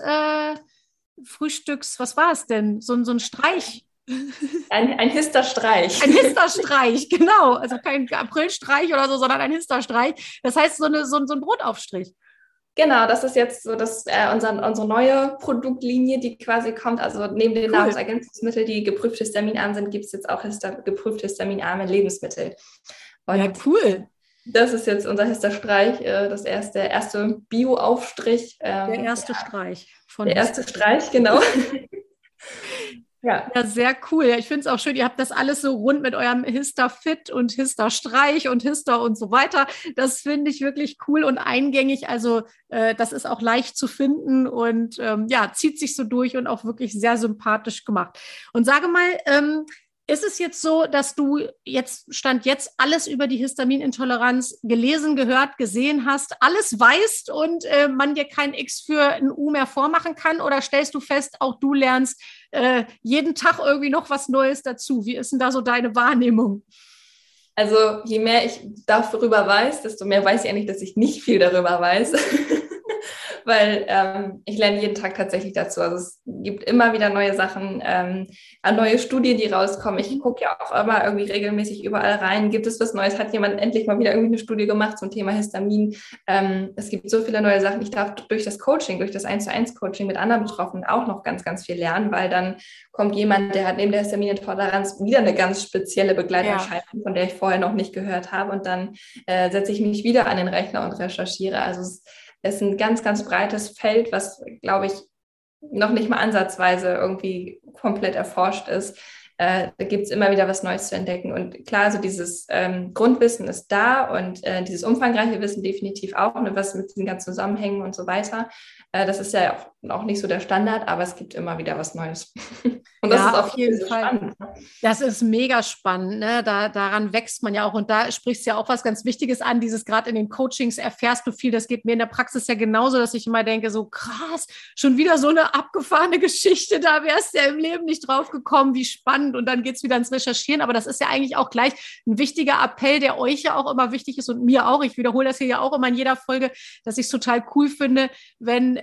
was war es denn? So ein Streich. Ein Histerstreich. Ein Histerstreich, genau. Also kein Aprilstreich oder so, sondern ein Histerstreich. Das heißt so ein Brotaufstrich. Genau, das ist jetzt so unsere neue Produktlinie, die quasi kommt. Also neben den Nahrungsergänzungsmitteln, die geprüft histaminarm sind, gibt es jetzt auch geprüft histaminarme Lebensmittel. Und ja, cool. Das ist jetzt unser Histerstreich, der erste Bio-Aufstrich. Der erste Streich. Der erste Streich, genau. Ja. Ja, sehr cool. Ja, ich finde es auch schön, ihr habt das alles so rund mit eurem Hister-Fit und Hister-Streich und Hister und so weiter. Das finde ich wirklich cool und eingängig. Also das ist auch leicht zu finden und ja, zieht sich so durch und auch wirklich sehr sympathisch gemacht. Und sage mal, ist es jetzt so, dass du Stand jetzt alles über die Histaminintoleranz gelesen, gehört, gesehen hast, alles weißt und man dir kein X für ein U mehr vormachen kann? Oder stellst du fest, auch du lernst jeden Tag irgendwie noch was Neues dazu? Wie ist denn da so deine Wahrnehmung? Also je mehr ich darüber weiß, desto mehr weiß ich eigentlich, dass ich nicht viel darüber weiß. Weil ich lerne jeden Tag tatsächlich dazu. Also es gibt immer wieder neue Sachen, neue Studien, die rauskommen. Ich gucke ja auch immer irgendwie regelmäßig überall rein. Gibt es was Neues? Hat jemand endlich mal wieder irgendwie eine Studie gemacht zum Thema Histamin? Es gibt so viele neue Sachen. Ich darf durch das Coaching, durch das 1:1 Coaching mit anderen Betroffenen auch noch ganz, ganz viel lernen, weil dann kommt jemand, der hat neben der Histaminintoleranz wieder eine ganz spezielle Begleiterscheinung, von der ich vorher noch nicht gehört habe. Und dann setze ich mich wieder an den Rechner und recherchiere. Also es ist ein ganz, ganz breites Feld, was, glaube ich, noch nicht mal ansatzweise irgendwie komplett erforscht ist. Da gibt es immer wieder was Neues zu entdecken. Und klar, so dieses Grundwissen ist da und dieses umfangreiche Wissen definitiv auch, ne, was mit den ganzen Zusammenhängen und so weiter. Das ist ja auch nicht so der Standard, aber es gibt immer wieder was Neues. Und das ist Auf auch jeden so Fall. spannend. Das ist mega spannend, ne? Daran wächst man ja auch. Und da sprichst du ja auch was ganz Wichtiges an, dieses gerade in den Coachings erfährst du viel. Das geht mir in der Praxis ja genauso, dass ich immer denke, so krass, schon wieder so eine abgefahrene Geschichte, da wärst du ja im Leben nicht drauf gekommen, wie spannend. Und dann geht es wieder ins Recherchieren. Aber das ist ja eigentlich auch gleich ein wichtiger Appell, der euch ja auch immer wichtig ist und mir auch. Ich wiederhole das hier ja auch immer in jeder Folge, dass ich es total cool finde, wenn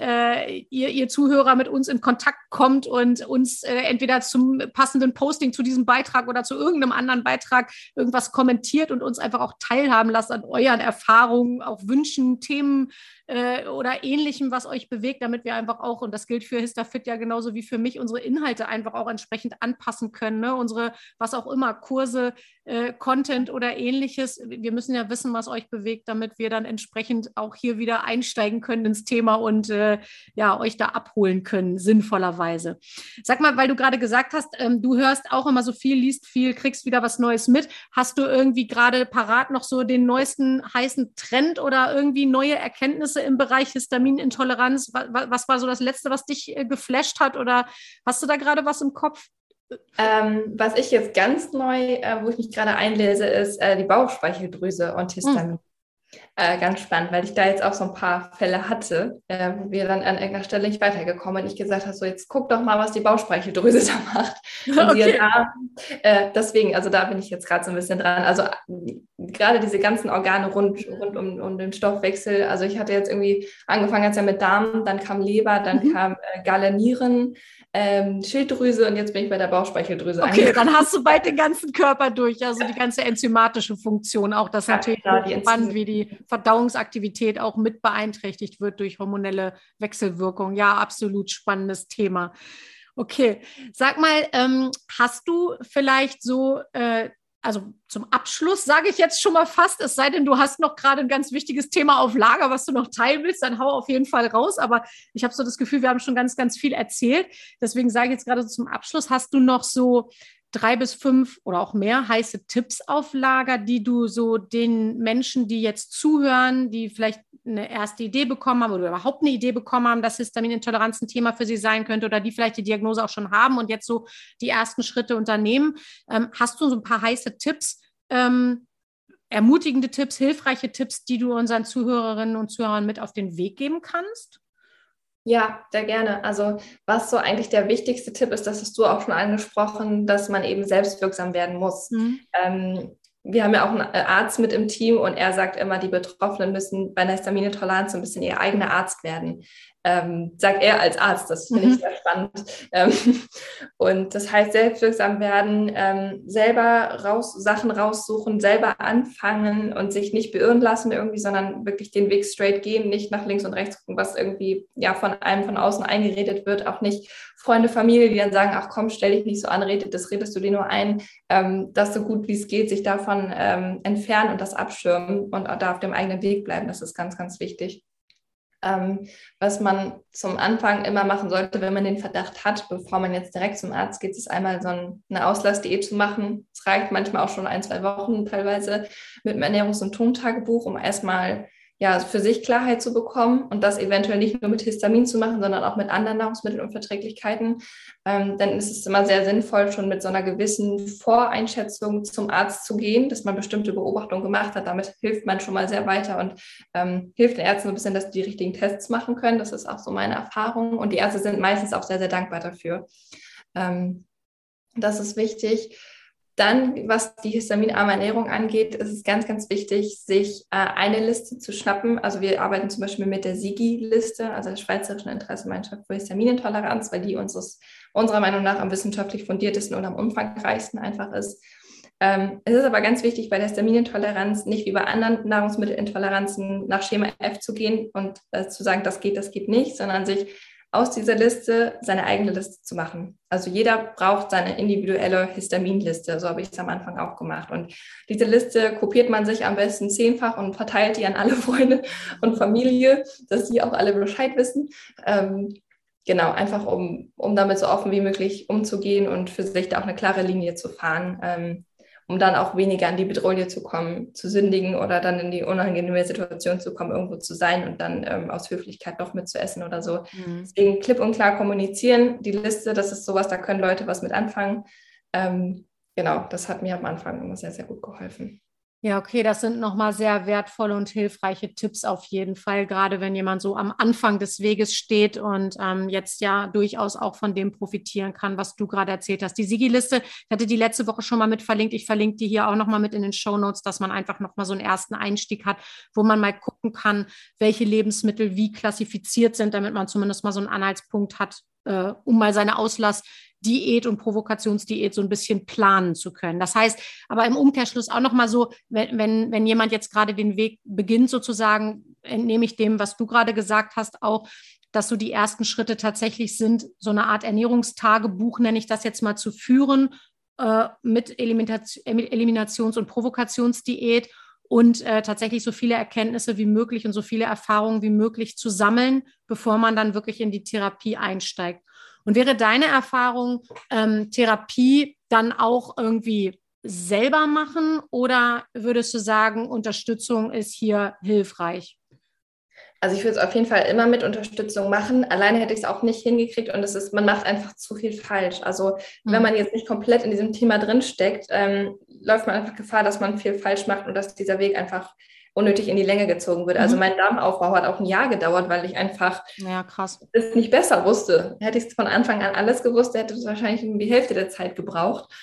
ihr Zuhörer mit uns in Kontakt kommt und uns entweder zum passenden Posting zu diesem Beitrag oder zu irgendeinem anderen Beitrag irgendwas kommentiert und uns einfach auch teilhaben lasst an euren Erfahrungen, auch Wünschen, Themen oder Ähnlichem, was euch bewegt, damit wir einfach auch, und das gilt für HistaFit ja genauso wie für mich, unsere Inhalte einfach auch entsprechend anpassen können, ne? Unsere, was auch immer, Kurse, Content oder Ähnliches. Wir müssen ja wissen, was euch bewegt, damit wir dann entsprechend auch hier wieder einsteigen können ins Thema und ja, euch da abholen können, sinnvollerweise. Sag mal, weil du gerade gesagt hast, du hörst auch immer so viel, liest viel, kriegst wieder was Neues mit. Hast du irgendwie gerade parat noch so den neuesten heißen Trend oder irgendwie neue Erkenntnisse im Bereich Histaminintoleranz? Was war so das Letzte, was dich geflasht hat? Oder hast du da gerade was im Kopf? Was ich jetzt ganz neu, wo ich mich gerade einlese, ist die Bauchspeicheldrüse und Histamin. Ganz spannend, weil ich da jetzt auch so ein paar Fälle hatte, wo wir dann an irgendeiner Stelle nicht weitergekommen und ich gesagt habe, so jetzt guck doch mal, was die Bauchspeicheldrüse da macht. Und Okay. deswegen, also da bin ich jetzt gerade so ein bisschen dran. Also gerade diese ganzen Organe rund um den Stoffwechsel. Also ich hatte jetzt irgendwie angefangen jetzt ja mit Darm, dann kam Leber, dann kam Galle, Nieren, Schilddrüse und jetzt bin ich bei der Bauchspeicheldrüse. Okay, dann hast du bald den ganzen Körper durch, also die ganze enzymatische Funktion auch. Das ist natürlich spannend, wie die Verdauungsaktivität auch mit beeinträchtigt wird durch hormonelle Wechselwirkung. Ja, absolut spannendes Thema. Okay, sag mal, hast du vielleicht so also zum Abschluss sage ich jetzt schon mal fast, es sei denn, du hast noch gerade ein ganz wichtiges Thema auf Lager, was du noch teilen willst, dann hau auf jeden Fall raus. Aber ich habe so das Gefühl, wir haben schon ganz, ganz viel erzählt. Deswegen sage ich jetzt gerade so zum Abschluss, hast du noch so 3 bis 5 oder auch mehr heiße Tipps auf Lager, die du so den Menschen, die jetzt zuhören, die vielleicht eine erste Idee bekommen haben oder überhaupt eine Idee bekommen haben, dass Histaminintoleranz ein Thema für sie sein könnte oder die vielleicht die Diagnose auch schon haben und jetzt so die ersten Schritte unternehmen. Hast du so ein paar heiße Tipps, ermutigende Tipps, hilfreiche Tipps, die du unseren Zuhörerinnen und Zuhörern mit auf den Weg geben kannst? Ja, sehr gerne. Also was so eigentlich der wichtigste Tipp ist, das hast du auch schon angesprochen, dass man eben selbstwirksam werden muss. Wir haben ja auch einen Arzt mit im Team und er sagt immer, die Betroffenen müssen bei einer Histaminintoleranz so ein bisschen ihr eigener Arzt werden. Sagt er als Arzt, das finde ich sehr spannend. Und das heißt, selbstwirksam werden, selber Sachen raussuchen, selber anfangen und sich nicht beirren lassen irgendwie, sondern wirklich den Weg straight gehen, nicht nach links und rechts gucken, was irgendwie ja von einem von außen eingeredet wird, auch nicht Freunde, Familie, die dann sagen, ach komm, stell dich nicht so an, das redest du dir nur ein, dass so gut wie es geht, sich davon entfernen und das abschirmen und da auf dem eigenen Weg bleiben, das ist ganz, ganz wichtig. Was man zum Anfang immer machen sollte, wenn man den Verdacht hat, bevor man jetzt direkt zum Arzt geht, ist einmal so eine Auslassdiät zu machen. Es reicht manchmal auch schon 1-2 Wochen teilweise mit einem Ernährungssymptomtagebuch, um erstmal für sich Klarheit zu bekommen und das eventuell nicht nur mit Histamin zu machen, sondern auch mit anderen Nahrungsmittelunverträglichkeiten. Dann ist es immer sehr sinnvoll, schon mit so einer gewissen Voreinschätzung zum Arzt zu gehen, dass man bestimmte Beobachtungen gemacht hat. Damit hilft man schon mal sehr weiter und hilft den Ärzten so ein bisschen, dass die richtigen Tests machen können. Das ist auch so meine Erfahrung. Und die Ärzte sind meistens auch sehr, sehr dankbar dafür. Das ist wichtig. Dann, was die histaminarme Ernährung angeht, ist es ganz, ganz wichtig, sich eine Liste zu schnappen. Also wir arbeiten zum Beispiel mit der SIGI-Liste, also der Schweizerischen Interessengemeinschaft für Histaminintoleranz, weil die unserer Meinung nach am wissenschaftlich fundiertesten und am umfangreichsten einfach ist. Es ist aber ganz wichtig, bei der Histaminintoleranz nicht wie bei anderen Nahrungsmittelintoleranzen nach Schema F zu gehen und zu sagen, das geht nicht, sondern sich aus dieser Liste seine eigene Liste zu machen. Also jeder braucht seine individuelle Histaminliste, so habe ich es am Anfang auch gemacht. Und diese Liste kopiert man sich am besten 10-fach und verteilt die an alle Freunde und Familie, dass die auch alle Bescheid wissen. Genau, einfach um damit so offen wie möglich umzugehen und für sich da auch eine klare Linie zu fahren, um dann auch weniger an die Bedrohung zu kommen, zu sündigen oder dann in die unangenehme Situation zu kommen, irgendwo zu sein und dann aus Höflichkeit doch mitzuessen oder so. Deswegen klipp und klar kommunizieren. Die Liste, das ist sowas, da können Leute was mit anfangen. Genau, das hat mir am Anfang immer sehr, sehr gut geholfen. Ja, okay, das sind nochmal sehr wertvolle und hilfreiche Tipps auf jeden Fall, gerade wenn jemand so am Anfang des Weges steht und jetzt ja durchaus auch von dem profitieren kann, was du gerade erzählt hast. Die Sigi-Liste, ich hatte die letzte Woche schon mal mit verlinkt, ich verlinke die hier auch nochmal mit in den Shownotes, dass man einfach nochmal so einen ersten Einstieg hat, wo man mal gucken kann, welche Lebensmittel wie klassifiziert sind, damit man zumindest mal so einen Anhaltspunkt hat, um mal seine Auslassdiät und Provokationsdiät so ein bisschen planen zu können. Das heißt, aber im Umkehrschluss auch nochmal so, wenn jemand jetzt gerade den Weg beginnt sozusagen, entnehme ich dem, was du gerade gesagt hast, auch, dass so die ersten Schritte tatsächlich sind, so eine Art Ernährungstagebuch, nenne ich das jetzt mal, zu führen mit Eliminations- und Provokationsdiät und tatsächlich so viele Erkenntnisse wie möglich und so viele Erfahrungen wie möglich zu sammeln, bevor man dann wirklich in die Therapie einsteigt. Und wäre deine Erfahrung, Therapie dann auch irgendwie selber machen oder würdest du sagen, Unterstützung ist hier hilfreich? Also ich würde es auf jeden Fall immer mit Unterstützung machen. Alleine hätte ich es auch nicht hingekriegt und man macht einfach zu viel falsch. Also wenn man jetzt nicht komplett in diesem Thema drinsteckt, läuft man einfach Gefahr, dass man viel falsch macht und dass dieser Weg einfach unnötig in die Länge gezogen wird. Also mein Darmaufbau hat auch ein Jahr gedauert, weil ich einfach es nicht besser wusste. Hätte ich es von Anfang an alles gewusst, hätte es wahrscheinlich die Hälfte der Zeit gebraucht.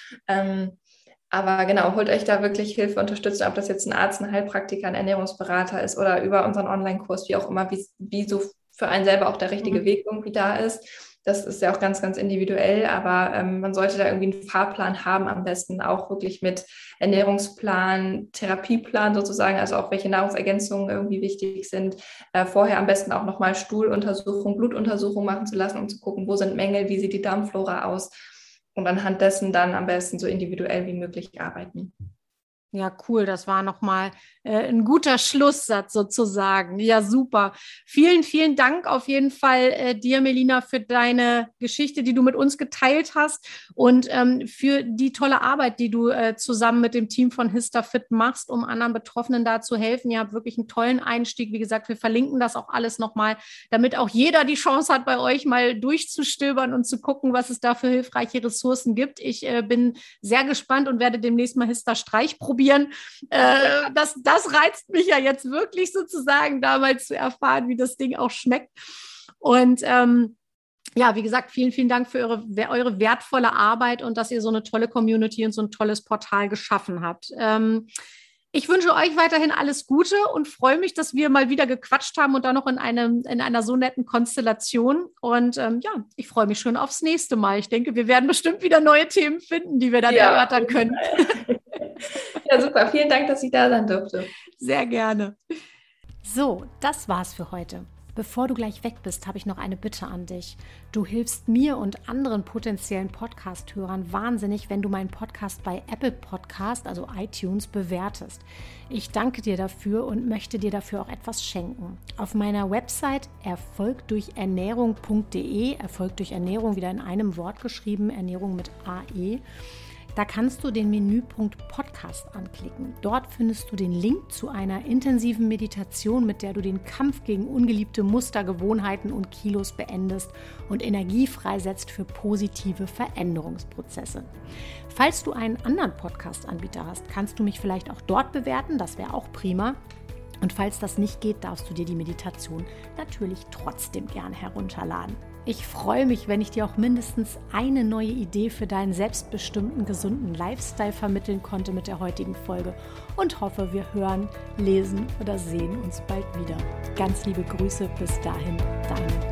Aber genau, holt euch da wirklich Hilfe, Unterstützung, ob das jetzt ein Arzt, ein Heilpraktiker, ein Ernährungsberater ist oder über unseren Online-Kurs, wie auch immer, wie so für einen selber auch der richtige Weg irgendwie da ist. Das ist ja auch ganz, ganz individuell, aber man sollte da irgendwie einen Fahrplan haben, am besten auch wirklich mit Ernährungsplan, Therapieplan sozusagen, also auch welche Nahrungsergänzungen irgendwie wichtig sind. Vorher am besten auch nochmal Stuhluntersuchung, Blutuntersuchung machen zu lassen, um zu gucken, wo sind Mängel, wie sieht die Darmflora aus und anhand dessen dann am besten so individuell wie möglich arbeiten. Ja, cool. Das war nochmal ein guter Schlusssatz sozusagen. Ja, super. Vielen, vielen Dank auf jeden Fall dir, Melina, für deine Geschichte, die du mit uns geteilt hast und für die tolle Arbeit, die du zusammen mit dem Team von HistaFit machst, um anderen Betroffenen da zu helfen. Ihr habt wirklich einen tollen Einstieg. Wie gesagt, wir verlinken das auch alles nochmal, damit auch jeder die Chance hat, bei euch mal durchzustöbern und zu gucken, was es da für hilfreiche Ressourcen gibt. Ich bin sehr gespannt und werde demnächst mal Hista-Streich probieren. Das reizt mich ja jetzt wirklich sozusagen, da mal zu erfahren, wie das Ding auch schmeckt. Und ja, wie gesagt, vielen, vielen Dank für eure wertvolle Arbeit und dass ihr so eine tolle Community und so ein tolles Portal geschaffen habt. Ich wünsche euch weiterhin alles Gute und freue mich, dass wir mal wieder gequatscht haben und dann noch in einer so netten Konstellation. Und ja, ich freue mich schon aufs nächste Mal. Ich denke, wir werden bestimmt wieder neue Themen finden, die wir dann erörtern können. Ja, super. Vielen Dank, dass ich da sein durfte. Sehr gerne. So, das war's für heute. Bevor du gleich weg bist, habe ich noch eine Bitte an dich. Du hilfst mir und anderen potenziellen Podcast-Hörern wahnsinnig, wenn du meinen Podcast bei Apple Podcast, also iTunes, bewertest. Ich danke dir dafür und möchte dir dafür auch etwas schenken. Auf meiner Website erfolgdurchernährung.de, Erfolg durch Ernährung wieder in einem Wort geschrieben, Ernährung mit AE, da kannst du den Menüpunkt Podcast anklicken. Dort findest du den Link zu einer intensiven Meditation, mit der du den Kampf gegen ungeliebte Muster, Gewohnheiten und Kilos beendest und Energie freisetzt für positive Veränderungsprozesse. Falls du einen anderen Podcast-Anbieter hast, kannst du mich vielleicht auch dort bewerten, das wäre auch prima. Und falls das nicht geht, darfst du dir die Meditation natürlich trotzdem gern herunterladen. Ich freue mich, wenn ich dir auch mindestens eine neue Idee für deinen selbstbestimmten, gesunden Lifestyle vermitteln konnte mit der heutigen Folge und hoffe, wir hören, lesen oder sehen uns bald wieder. Ganz liebe Grüße, bis dahin, deine